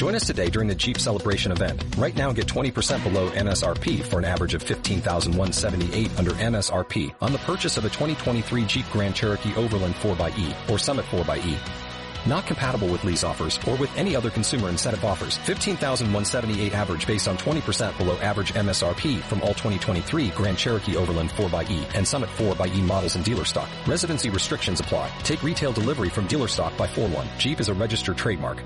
Join us today during the Jeep Celebration event. Right now, get 20% below MSRP for an average of $15,178 under MSRP on the purchase of a 2023 Jeep Grand Cherokee Overland 4xE or Summit 4xE. Not compatible with lease offers or with any other consumer incentive offers. $15,178 average based on 20% below average MSRP from all 2023 Grand Cherokee Overland 4xE and Summit 4xE models in dealer stock. Residency restrictions apply. Take retail delivery from dealer stock by 4/1. Jeep is a registered trademark.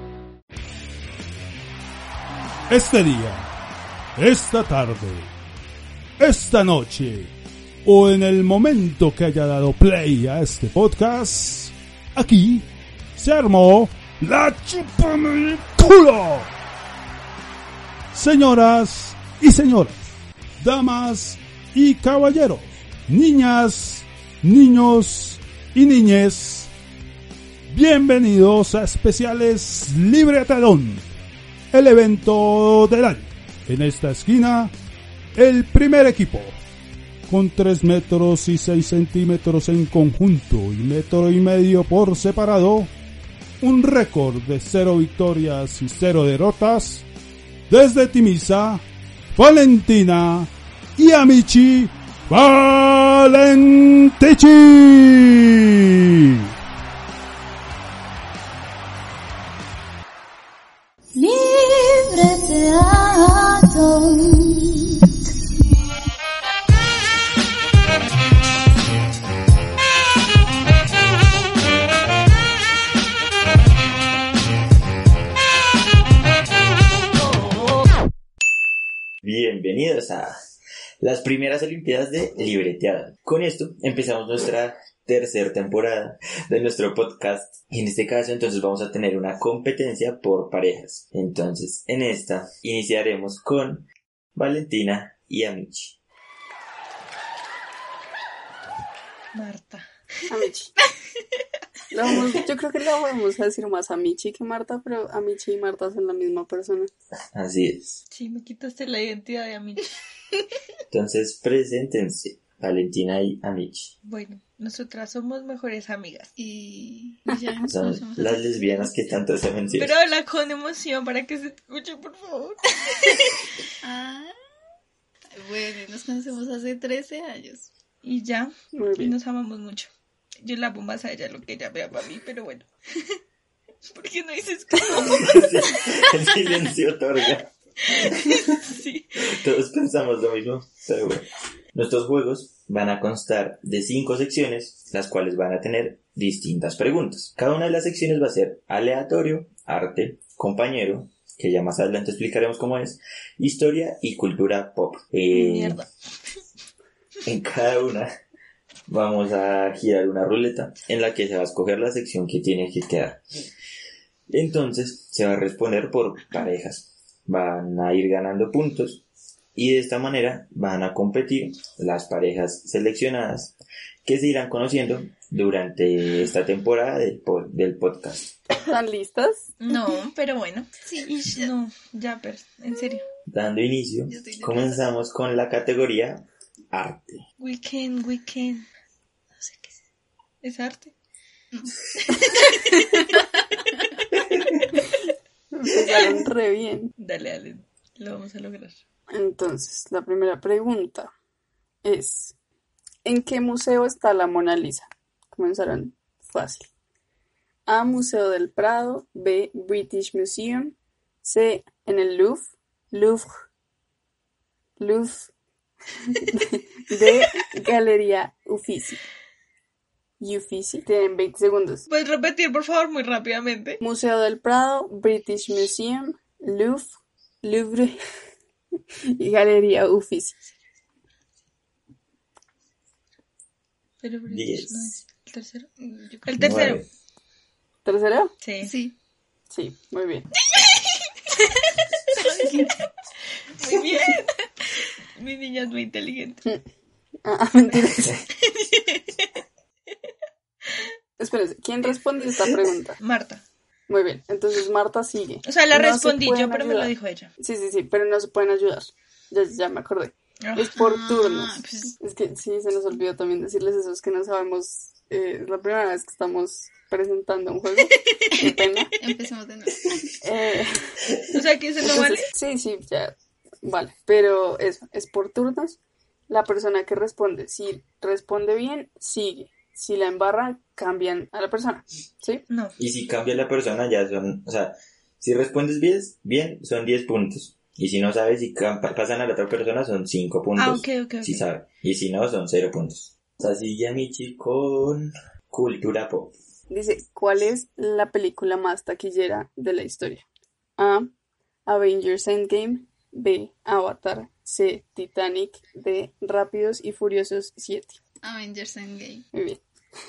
Este día, esta tarde, esta noche o en el momento que haya dado play a este podcast, aquí se armó la chúpame el culo. Señoras y señores, damas y caballeros, niñas, niños y niñes, bienvenidos a Especiales Libretadón, el evento del año. En esta esquina, el primer equipo, con 3 metros y 6 centímetros en conjunto y 1,5 metros por separado, un récord de 0 victorias y 0 derrotas, desde Timisa, Valentina y Amici Valentici. Bienvenidos a las primeras Olimpiadas de Libreteada. Con esto empezamos nuestra tercera temporada de nuestro podcast. Y en este caso entonces vamos a tener una competencia por parejas. Entonces en esta iniciaremos con Valentina y Amici. Marta. Amici. Yo creo que la vamos a decir más Amici que Marta, pero Amici y Marta son la misma persona. Así es. Sí, me quitaste la identidad de Amici. Entonces preséntense, Valentina y Amici. Bueno, nosotras somos mejores amigas. Y ya nos Son conocemos las hace- lesbianas que tanto se mencionan. Pero habla con emoción para que se escuche, por favor. Bueno, nos conocemos hace 13 años. Y ya, Muy y bien. nos amamos mucho. Yo la amo más a ella lo que ella me ama a mí, pero bueno. ¿Por qué no dices que no? Sí, el silencio otorga. Sí. Todos pensamos lo mismo, pero bueno. Nuestros juegos van a constar de 5 secciones, las cuales van a tener distintas preguntas. Cada una de las secciones va a ser aleatorio, arte, compañero, que ya más adelante explicaremos cómo es, historia y cultura pop. Mierda. En cada una vamos a girar una ruleta en la que se va a escoger la sección que tiene que quedar. Entonces se va a responder por parejas. Van a ir ganando puntos y de esta manera van a competir las parejas seleccionadas que se irán conociendo durante esta temporada del podcast. ¿Están listas? No, pero bueno. Sí, Y ya. no, ya, pero en serio. Dando inicio, Yo estoy nerviosa. comenzamos con la categoría arte. Weekend. No sé qué es. ¿Es arte? Empezaron re bien. Dale, lo vamos a lograr. Entonces, la primera pregunta es: ¿en qué museo está la Mona Lisa? Comenzaron fácil. A. Museo del Prado. B. British Museum. C. En el Louvre. D. Galería Uffizi. Tienen 20 segundos. ¿Puedes repetir, por favor, muy rápidamente? Museo del Prado, British Museum, Louvre y Galería Uffizi. Pero British 10. no es el tercero. El tercero. 9. ¿Tercero? Sí. Sí. Sí, muy bien. Muy bien. Mi niña es muy inteligente. Mentiras. Espérense, ¿quién respondió esta pregunta? Marta. Muy bien, entonces Marta sigue. O sea, la No se respondí yo, pueden pero me lo ayudar. dijo ella. Sí, pero no se pueden ayudar. Ya me acordé. Es por turnos. Pues, Es que sí, se nos olvidó también decirles eso, es que no sabemos, es la primera vez que estamos presentando un juego. Qué pena. empecemos de nuevo. O sea, que se lo vale. Entonces, sí, ya, vale. Pero eso, es por turnos. La persona que responde, si responde bien, sigue. Si la embarra, cambian a la persona. ¿Sí? No. Y si cambia la persona ya son, o sea, si respondes bien son 10 puntos. Y si no sabes si pasan a la otra persona son 5 puntos. Ah, ok. Si sabe. Y si no son 0 puntos. O sea, sigue Michi con cultura pop. Dice, ¿cuál es la película más taquillera de la historia? A. Avengers Endgame. B. Avatar. C. Titanic. D. Rápidos y Furiosos 7. Avengers Endgame. Muy bien.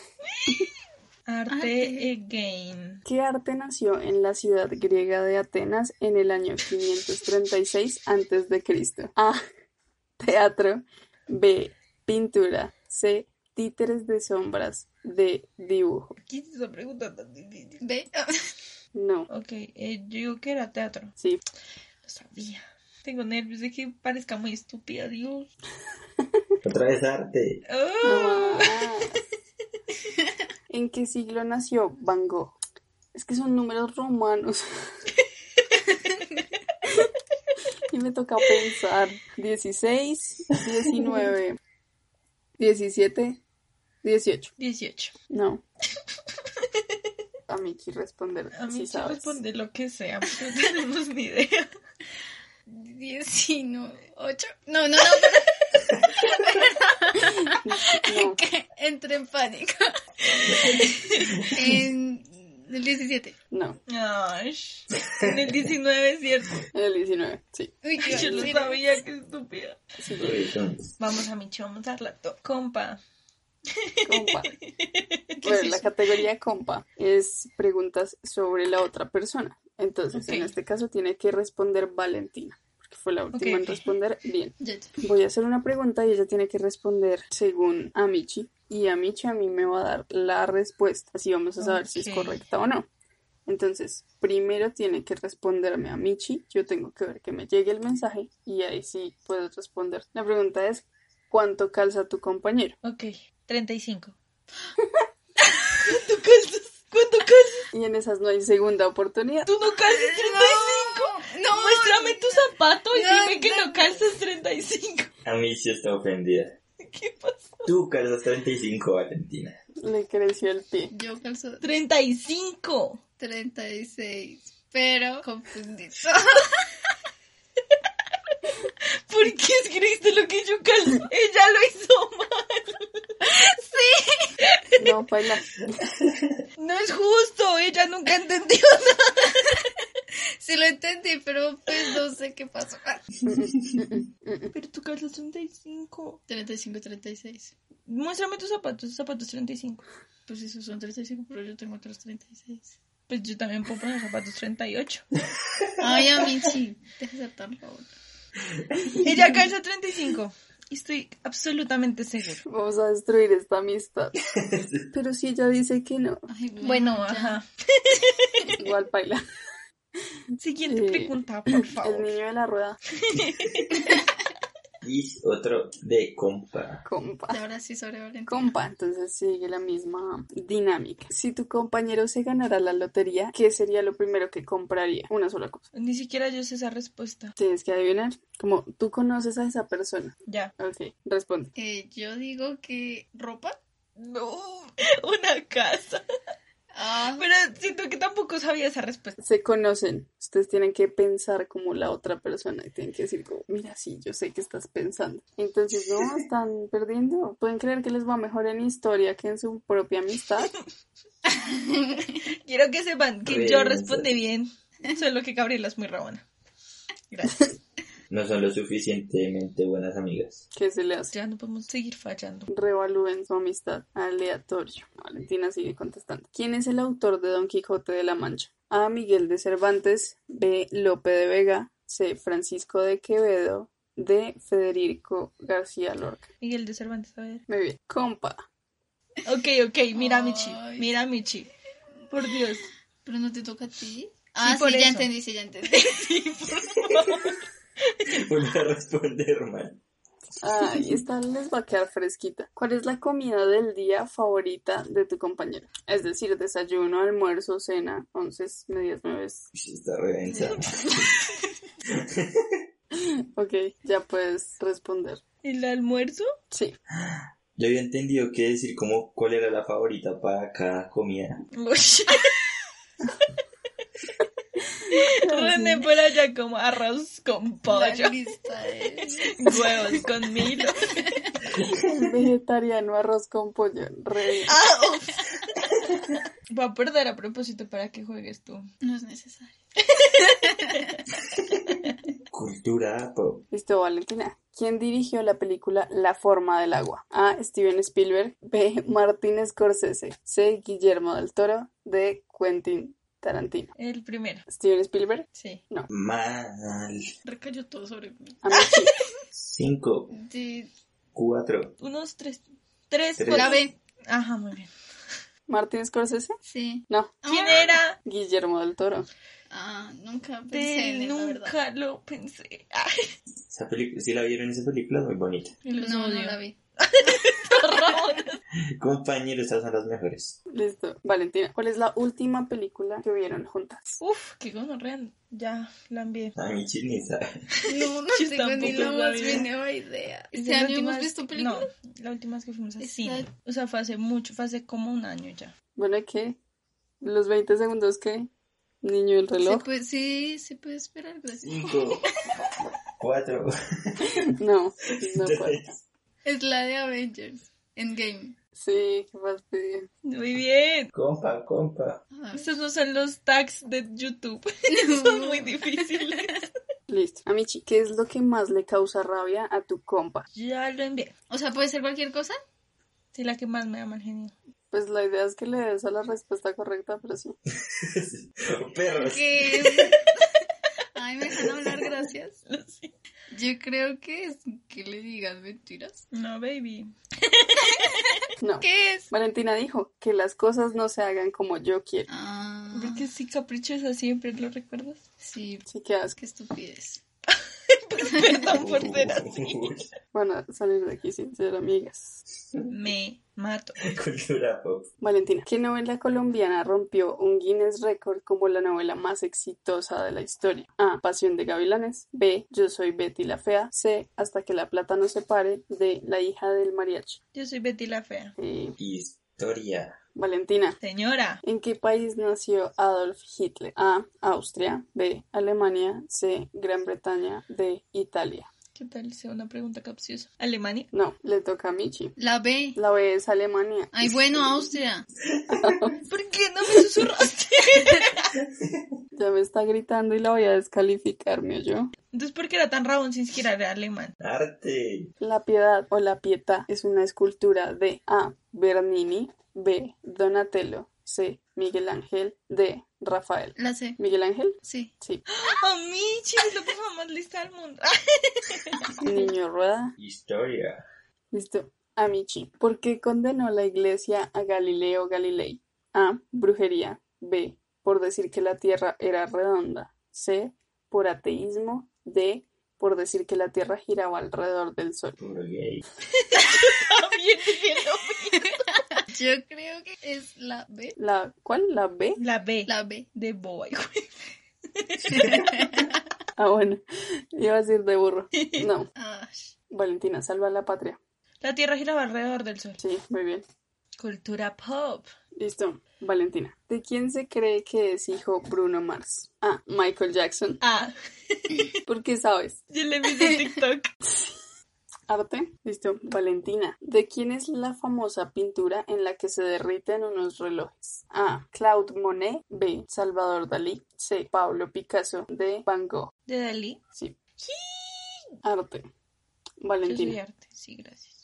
Arte again. ¿Qué arte nació en la ciudad griega de Atenas en el año 536 a.C.? A. Teatro. B. Pintura. C. Títeres de sombras. D. Dibujo. ¿Qué es esa pregunta tan difícil? ¿Ve? No. Ok, yo digo que era teatro. Sí. Lo sabía. Tengo nervios de que parezca muy estúpida, Dios. Otra vez arte. Oh. ¿En qué siglo nació Van Gogh? Es que son números romanos. Y me toca pensar. 16, 19, 17, 18. 18. No. A Miki responder. A mí si sí sabes. responde lo que sea, porque no tenemos ni idea. 19. 8. No, No. que entré en pánico. En el 17. No. Ay, en el 19 es cierto. En el 19, sí. Uy, qué Yo lo mentira. sabía, que estúpida. Sí. Vamos a Michi, vamos a darla compa. Compa. Bueno, la categoría compa es preguntas sobre la otra persona. Entonces, Ok. en este caso tiene que responder Valentina, porque fue la última en Ok. responder bien. Ya. Voy a hacer una pregunta y ella tiene que responder según Amici. Y Amici a mí me va a dar la respuesta. Así vamos a saber si es Ok. correcta o no. Entonces, primero tiene que responderme Amici. Yo tengo que ver que me llegue el mensaje y ahí sí puedo responder. La pregunta es, ¿cuánto calza tu compañero? Ok, 35. ¿Cuánto calzas? Y en esas no hay segunda oportunidad. ¿Tú no calzas 35? No. Muéstrame tu zapato y No, dime que no. no calzas 35. A mí sí está ofendida. ¿Qué pasó? Tú calzas 35, Valentina. Le creció el pie. Yo calzo 35. 36. Pero confundido. ¿Por qué escribiste lo que yo calzo? Ella lo hizo mal. No, baila. No es justo, ella nunca entendió. Sí lo entendí, pero pues no sé qué pasó. Pero tú calzas 35. 35, 36. Muéstrame tus zapatos 35. Pues esos son 35, pero yo tengo otros 36. Pues yo también puedo poner zapatos 38. Ay, a mí sí. Deja de ser tan favor. Ella calza 35. Estoy absolutamente seguro. Vamos a destruir esta amistad. Pero si ella dice que no, Ay, Bueno, ya. ajá. igual baila. Siguiente Sí. pregunta, por El favor. niño de la rueda. Y otro de compa. Compa. Y ahora sí sobre Valentina. Compa, entonces sigue la misma dinámica. Si tu compañero se ganara la lotería, ¿qué sería lo primero que compraría? Una sola cosa. Ni siquiera yo sé esa respuesta. Tienes que adivinar. Como tú conoces a esa persona. Ya. Ok, responde. Yo digo que ropa. No, una casa. Ah, Pero siento que tampoco sabía esa respuesta. Se conocen. Ustedes tienen que pensar como la otra persona y tienen que decir como, mira, sí, yo sé que estás pensando. Entonces, no, están perdiendo. ¿Pueden creer que les va mejor en historia que en su propia amistad? Quiero que sepan que Bien, yo respondí bien. Solo que Gabriela es muy rabona. Gracias. No son lo suficientemente buenas amigas. ¿Qué se le hace? Ya no podemos seguir fallando. Revalúen su amistad. Aleatorio. Valentina sigue contestando. ¿Quién es el autor de Don Quijote de la Mancha? A. Miguel de Cervantes. B. Lope de Vega. C. Francisco de Quevedo. D. Federico García Lorca. Miguel de Cervantes, a ver. Muy bien. Compa. Ok, mira Michi. Ay. Mira Michi. Por Dios. pero no te toca a ti. Ah, por sí, ya eso. entendí, sí, ya entendí. Voy a responder mal. Ay, esta les va a quedar fresquita. ¿Cuál es la comida del día favorita de tu compañero? Es decir, desayuno, almuerzo, cena, 11, medias, 9. Uy, está re densa. Ok, ya puedes responder. ¿El almuerzo? Sí. Yo había entendido que decir como cuál era la favorita para cada comida. Uy. René por allá como arroz con pollo, La lista es... huevos con Milo. El vegetariano, arroz con pollo. Re... Voy a perder a propósito para que juegues tú. No es necesario. Cultura pop. Listo, Valentina. ¿Quién dirigió la película La forma del agua? A. Steven Spielberg. B. Martin Scorsese. C. Guillermo del Toro. D. Quentin Tarantino. El primero. ¿Steven Spielberg? Sí. Mal. Recayó todo sobre mí. Amici. 5, De... 4. Unos tres. La B. Ajá, muy bien. ¿Martin Scorsese? Sí. No. ¿Quién era? Guillermo del Toro. Nunca pensé en él, la verdad. Nunca lo pensé. Ay, Esa película, si la vieron, esa película es muy bonita. los No odio. la vi. Compañeros, estas son las mejores. Listo. Valentina, ¿cuál es la última película que vieron juntas? Uf, qué gonorrea. Ya la envié. A mi chinita. No Yo tengo ni tampoco la más sabía. mínima idea. ¿Este La año última hemos vez- visto películas? No, la última vez que fuimos al Está- cine. O sea, fue hace mucho, fue hace como un año ya. Bueno, ¿qué? ¿Los 20 segundos qué? Niño del reloj. Sí, se puede esperar, gracias. 5, 4, No, no puedo. 3. Es la de Avengers. Endgame. Sí, qué fastidio. Muy bien. Compa. Estos no son los tags de YouTube. Son muy difíciles. Listo. Amichi, ¿qué es lo que más le causa rabia a tu compa? Ya lo envié. O sea, ¿puede ser cualquier cosa? Sí, la que más me da mal genio. Pues la idea es que le des a la respuesta correcta, pero sí. Perros. ¿Qué es? Ay, me dejan hablar, gracias. Lo siento. Yo creo que es que le digas mentiras. No, baby. No. ¿Qué es? Valentina dijo que las cosas no se hagan como yo quiero. Porque sí, caprichosa siempre, ¿lo recuerdas? Sí, Sí, qué asco. qué estupidez. Perdón por ser así. Bueno, salir de aquí sin ser amigas. Me mato. Cultura pop. Valentina, ¿qué novela colombiana rompió un Guinness Record como la novela más exitosa de la historia? A. Pasión de Gavilanes. B. Yo soy Betty la Fea. C. Hasta que la plata nos separe. D. La hija del mariachi. Yo soy Betty la Fea. Historia. Valentina, Señora. ¿en qué país nació Adolf Hitler? A. Austria. B. Alemania. C. Gran Bretaña. D. Italia. ¿Qué tal? Sea una pregunta capciosa. ¿Alemania? No, le toca a Michi. La B. La B es Alemania. Ay, bueno, Austria. ¿Por qué no me susurraste? Ya me está gritando y la voy a descalificar, ¿me oyó? Entonces, ¿por qué era tan rabón sin siquiera era alemán? Arte. La Piedad o la Pietà es una escultura de A. Bernini. B. Donatello. C. Miguel Ángel. D. Rafael. La C. ¿Miguel Ángel? Sí. Sí. A mí, es la persona más lista del mundo. Niño Rueda. Historia. Listo. Amici. ¿Por qué condenó la iglesia a Galileo Galilei? A. Brujería. B. Por decir que la tierra era redonda. C. Por ateísmo. D. Por decir que la tierra giraba alrededor del sol. Puro gay. También dije lo mismo. Yo creo que es la B. ¿Cuál? ¿La B? La B. La B. De boba, hijo. Ah, bueno. Iba a decir de burro. No. Ah, Valentina, salva a la patria. La Tierra giraba alrededor del Sol. Sí, muy bien. Cultura pop. Listo. Valentina, ¿de quién se cree que es hijo Bruno Mars? A. Michael Jackson. Ah, ¿Por qué sabes? yo le vi en TikTok. Arte. Listo. Valentina, ¿de quién es la famosa pintura en la que se derriten unos relojes? A. Claude Monet. B. Salvador Dalí. C. Pablo Picasso. D. Van Gogh. ¿De Dalí? Sí. Arte. Yo soy Valentina. arte, sí, gracias.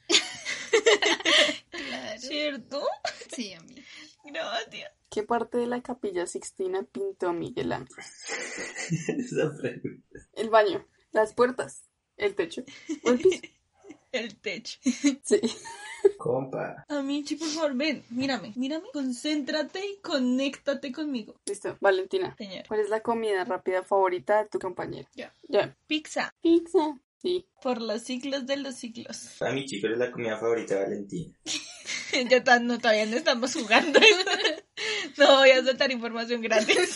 claro. ¿Cierto? Sí, a mí. Gracias. ¿Qué parte de la Capilla Sixtina pintó Miguel Ángel? Esa pregunta. El baño, las puertas, el techo o el piso. El techo. Sí. Compa. Amichi, por favor, ven, mírame, concéntrate y conéctate conmigo. Listo. Valentina, Señora. ¿cuál es la comida rápida favorita de tu compañero? Ya. Ya. Pizza. Pizza. Sí. Por los siglos de los siglos. A mi chico es la comida favorita de Valentina. Todavía no estamos jugando. No voy a soltar información gratis.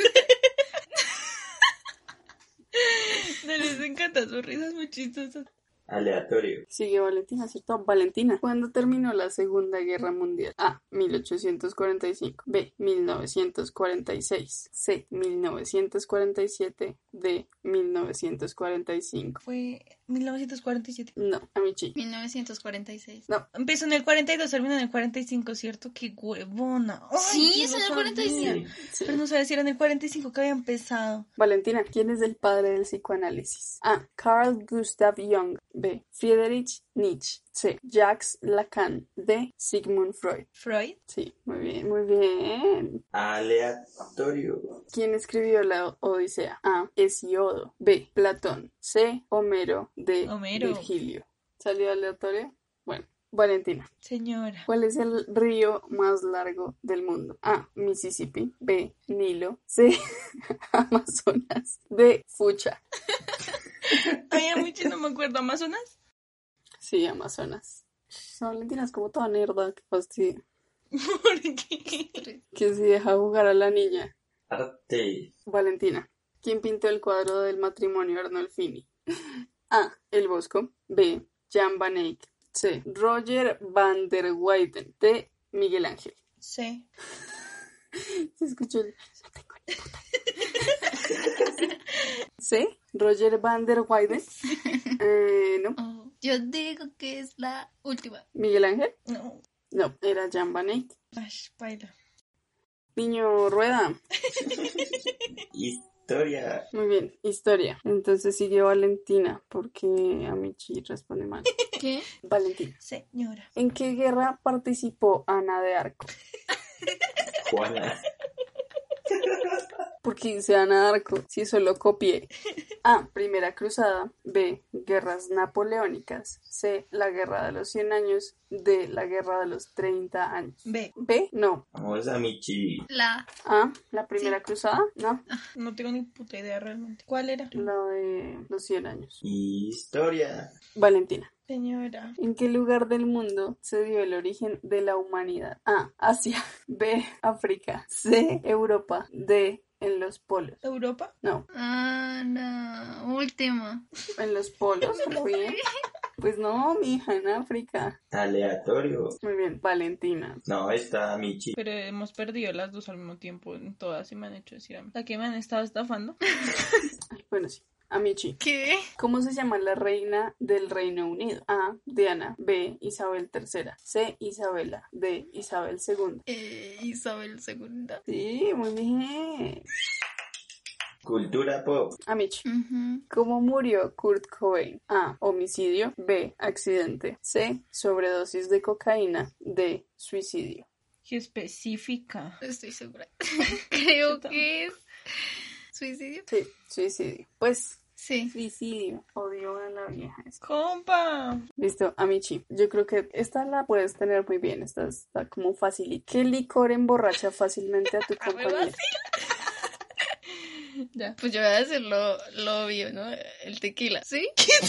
No les encanta sus risas muy chistosas. Aleatorio. Sigue Valentina, ¿cierto? Valentina. ¿Cuándo terminó la Segunda Guerra Mundial? A. 1845. B. 1946. C. 1947. D. 1945. Fue 1947. No, Amichi. 1946. No, Empezó en el 42, terminó en el 45, ¿cierto? ¡Qué huevona! Ay, Sí, yo es en el no 45. sabía. Pero no sabía si era en el 45 que había empezado. Valentina, ¿quién es el padre del psicoanálisis? A. Carl Gustav Jung. B. Friedrich Nietzsche. C. Jacques Lacan. D. Sigmund Freud. ¿Freud? Sí, muy bien, muy bien. Aleatorio. ¿Quién escribió la Odisea? A. Hesíodo. B. Platón. C. Homero. D. Homero. Virgilio. ¿Salió aleatorio? Bueno, Valentina. Señora. ¿Cuál es el río más largo del mundo? A. Mississippi. B. Nilo. C. Amazonas. D. Fucha. Ay, a mí no me acuerdo. ¿Amazonas? Sí, Amazonas. Valentina es como toda nerda, que fastidio. ¿Por qué? Que si deja jugar a la niña. Arte. Valentina. ¿Quién pintó el cuadro del matrimonio Arnolfini? A. El Bosco. B. Jan van Eyck. C. Roger van der Weyden. D. Miguel Ángel. Sí. Se escuchó el... No tengo ni puta. C. Roger van der Weyden. No. Oh, yo digo que es la última. ¿Miguel Ángel? No. No, era Jan van Eyck. Ay, baila. Niño Rueda. Historia. Muy bien, historia. Entonces sigue Valentina, porque Amichi responde mal. ¿Qué? Valentina. Señora. ¿En qué guerra participó Ana de Arco? Juana. Porque dice Ana de Arco, si eso lo copié. A. Primera Cruzada. B. Guerras Napoleónicas. C. La Guerra de los 100 años. D. La Guerra de los 30 años. B. B. No. Vamos a Michi. La. A. La Primera Cruzada. No. No tengo ni puta idea realmente. ¿Cuál era? La de los 100 años. Historia. Valentina. Señora. ¿En qué lugar del mundo se dio el origen de la humanidad? A. Asia. B. África. C. Europa. D. En los polos. ¿Europa? No. Ah, no. Última. ¿En los polos? ¿Muy bien? Pues no, mija, en África. Aleatorio. Muy bien, Valentina. No, está Michi. Pero hemos perdido las dos al mismo tiempo en todas y me han hecho decir a mí. ¿La que me han estado estafando? Ay, bueno, sí. Amichi. ¿Qué? ¿Cómo se llama la reina del Reino Unido? A. Diana. B. Isabel III. C. Isabela. D. Isabel II. Isabel II. Sí, muy bien. Cultura pop. Amichi. Ujú. ¿Cómo murió Kurt Cobain? A. Homicidio. B. Accidente. C. Sobredosis de cocaína. D. Suicidio. Qué específica. Estoy segura. Creo que es suicidio. Sí, suicidio. Pues, Sí. suicidio. Odio a la vieja esta. ¡Compa! Listo, Amichi. Yo creo que esta la puedes tener muy bien. Esta está como fácil. ¿Qué licor emborracha fácilmente a tu compañero? Ya. Pues yo voy a decir lo obvio, ¿no? El tequila. ¿Sí?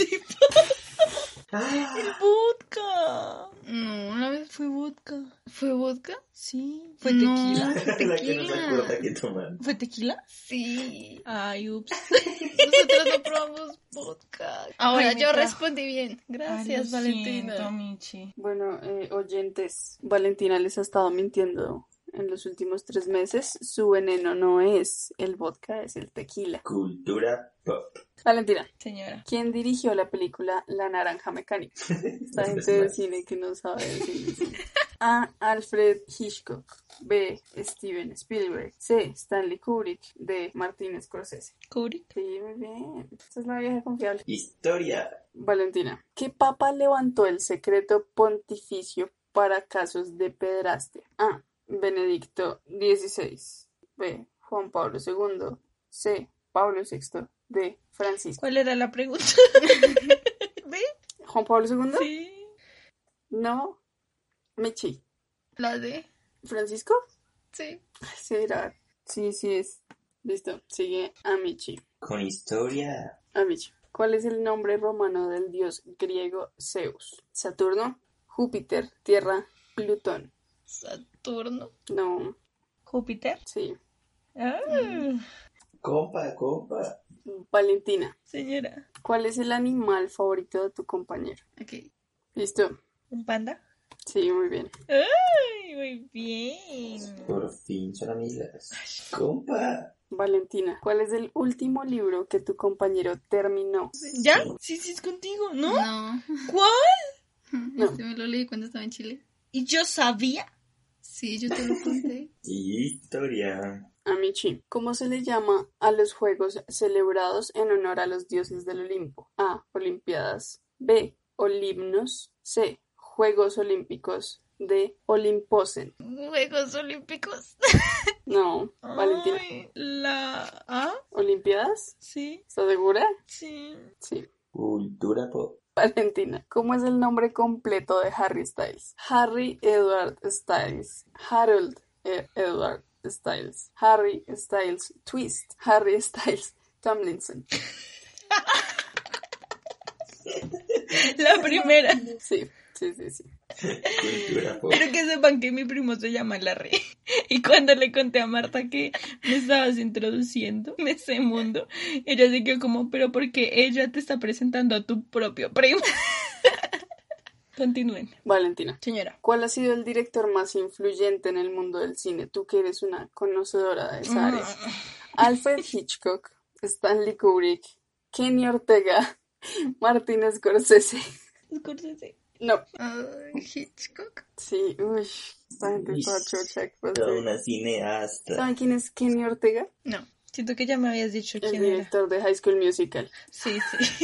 ¡El vodka! No, una vez Fue vodka. fue vodka. Sí. ¿Fue No. tequila? La que no se Tequila. acuerda que toman. ¿Fue tequila? Sí. Ay, ups. Nosotros no probamos vodka. Ahora Ay, me yo trajo. respondí bien. Gracias, Ay, lo siento, Valentina. Michi. Bueno, oyentes, Valentina les ha estado mintiendo en los últimos 3 meses. Su veneno no es el vodka, es el tequila. Cultura pop. Valentina, Señora. ¿quién dirigió la película La Naranja Mecánica? Esta gente del cine que no sabe de cine. A. Alfred Hitchcock. B. Steven Spielberg. C. Stanley Kubrick. D. Martin Scorsese. Kubrick. Sí, muy bien. Esta es la vieja confiable. Historia. Valentina, ¿qué papa levantó el secreto pontificio para casos de pederastia? A. Benedicto XVI. B. Juan Pablo II. C. Pablo VI. D. Francisco. ¿Cuál era la pregunta? ¿Ve? ¿Juan Pablo II? Sí. No. Michi. ¿La de? ¿Francisco? Sí. Sí, era. Sí, sí es. Listo. Sigue a Michi. Con historia. A Michi. ¿Cuál es el nombre romano del dios griego Zeus? Saturno, Júpiter, Tierra, Plutón. Saturno. No, Júpiter. sí. Ah, Compa. Valentina, señora. ¿cuál es el animal favorito de tu compañero? Ok. ¿Listo? ¿Un panda? Sí, muy bien. Ay, muy bien. Por fin son amigas. Compa. Valentina, ¿cuál es el último libro que tu compañero terminó? ¿Ya? Sí, es contigo, ¿no? No. ¿Cuál? No. Este me lo leí cuando estaba en Chile. ¿Y yo sabía? Sí, yo te lo conté. Historia. Amici, ¿cómo se le llama a los juegos celebrados en honor a los dioses del Olimpo? A. Olimpiadas. B. Olimnos. C. Juegos Olímpicos. D. Olimposen. Juegos Olímpicos. No, Valentina. Ay, ¿la A? ¿Olimpiadas? Sí, ¿Estás segura? sí. Sí. Cultura pop. Valentina, ¿cómo es el nombre completo de Harry Styles? Harry Edward Styles, Harold Edward Styles, Harry Styles Twist, Harry Styles Tomlinson. La primera. Sí. Cultura pop. Quiero que sepan que mi primo se llama Larry. Y cuando le conté a Marta que me estabas introduciendo en ese mundo, ella se quedó como, pero porque ella te está presentando a tu propio primo. Continúen. Valentina, Señora. ¿cuál ha sido el director más influyente en el mundo del cine? Tú que eres una conocedora de esa área. Alfred Hitchcock, Stanley Kubrick, Kenny Ortega, Martin Scorsese. Scorsese. No, Hitchcock. sí, uy, esta gente es toda chocha. Toda una cineasta. ¿Saben quién es Kenny Ortega? No. Siento que ya me habías dicho El quién era. director de High School Musical. Sí.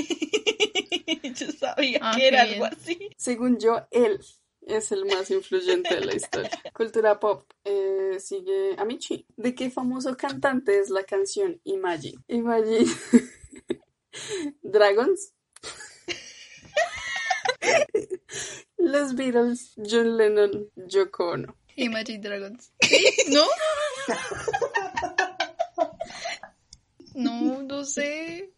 Yo sabía Ah, que era qué algo bien. así. Según yo, él es el más influyente de la historia. Cultura pop. Sigue Amici. ¿De qué famoso cantante es la canción Imagine? Imagine Dragons. Los Beatles, John Lennon, Yoko Ono. Imagine Dragons. ¿Sí? ¿No? No sé.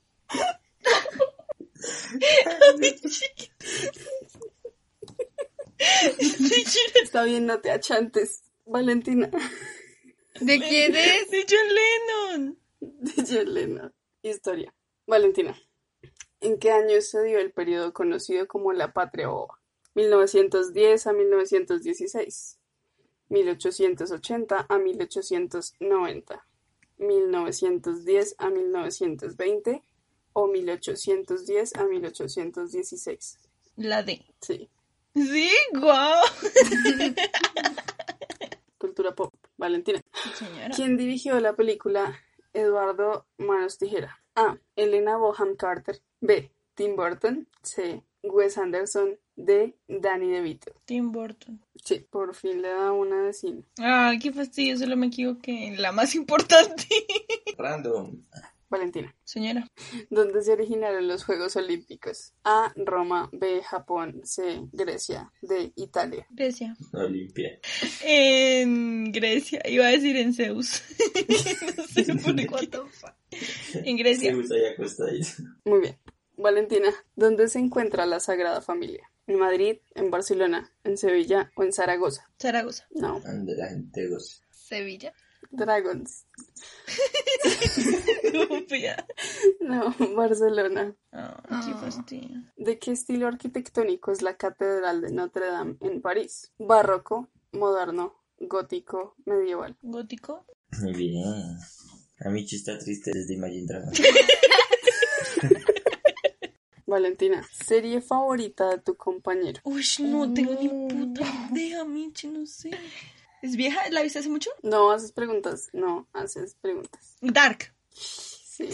Está bien, no te achantes. Valentina. ¿De quién es? De John Lennon. De John Lennon. Historia. Valentina. ¿En qué año se dio el periodo conocido como la Patria Boba? 1910 a 1916. 1880 a 1890. 1910 a 1920 o 1810 a 1816. La D. Sí. Sí, guau. Cultura pop. Valentina. Señora. ¿Quién dirigió la película Eduardo Manos Tijera? A. Elena Bonham Carter. B. Tim Burton. C. Wes Anderson. D. Danny DeVito. Tim Burton. Sí, por fin le da una de cine. Ay, qué fastidio, solo me equivoqué en la más importante. Random. Valentina. Señora. ¿Dónde se originaron los Juegos Olímpicos? A. Roma. B. Japón. C. Grecia. D. Italia. Grecia. Olimpia. En Grecia. Iba a decir en Zeus. No sé por qué. En Grecia. Se usa ya acostadito. Muy bien. Valentina, ¿dónde se encuentra la Sagrada Familia? ¿En Madrid, en Barcelona, en Sevilla o en Zaragoza? Zaragoza. No. Ande la gente goza. Sevilla. Dragons. Estúpida. No, Barcelona. Ay, qué fastidio. ¿De qué estilo arquitectónico es la Catedral de Notre Dame en París? Barroco, moderno, gótico, medieval. Gótico. Muy bien. Amici está triste desde Imagine Dragons. Valentina, ¿serie favorita de tu compañero? Uy, no tengo ni puta idea, Michi, no sé. ¿Es vieja? ¿La viste hace mucho? No haces preguntas. No haces preguntas. Dark. Sí.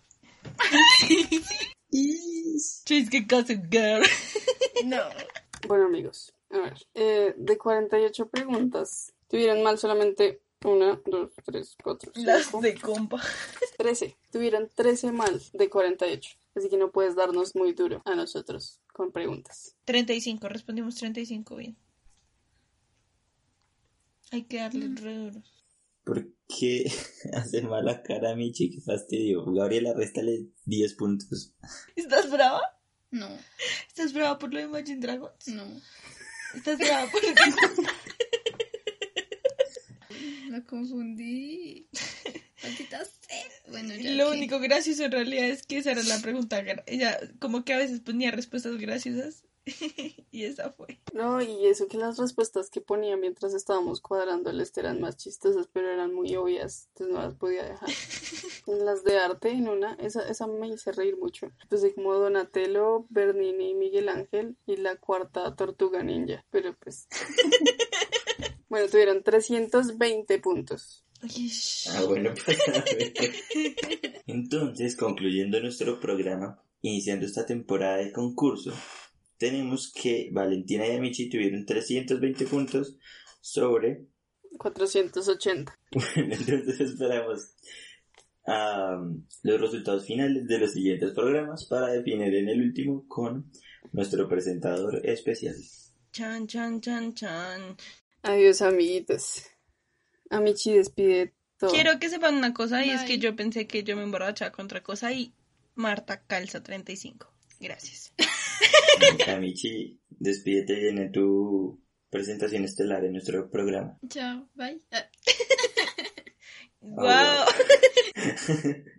She's que Gossip Girl. No. Bueno, amigos, a ver. De 48 preguntas, tuvieron mal solamente 1, 2, 3, 4, 5, Las de compa. 13. Tuvieron 13 mal de 48. Así que no puedes darnos muy duro a nosotros con preguntas. 35, respondimos 35 bien. Hay que darle re duro. ¿Por qué hace mala cara a Michi? Qué fastidio. Gabriela, réstale 10 puntos. ¿Estás brava? No, ¿Estás brava por lo de Imagine Dragons? no. ¿Estás brava por La confundí. Maldita sea. Bueno, ya. Lo que- único gracioso en realidad es que esa era la pregunta. Ella como que a veces ponía respuestas graciosas y esa fue. No, y eso que las respuestas que ponía mientras estábamos cuadrando el eran más chistosas, pero eran muy obvias, entonces no las podía dejar. Las de arte, en esa me hice reír mucho. Empecé como Donatello, Bernini y Miguel Ángel, y la cuarta Tortuga Ninja, pero pues... Bueno, tuvieron 320 puntos. Bueno, pues a ver. Entonces, concluyendo nuestro programa, iniciando esta temporada de concurso, tenemos que Valentina y Amici tuvieron 320 puntos sobre... 480. Bueno, entonces esperamos los resultados finales de los siguientes programas para definir en el último con nuestro presentador especial. Chan, chan, chan, chan. Adiós, amiguitos. Amici despide todo. Quiero que sepan una cosa y es Bye. que yo pensé que yo me emborrachaba con otra cosa y Marta calza 35. Gracias. Amici, despídete bien en tu presentación estelar en nuestro programa. Chao, bye. ¡Guau!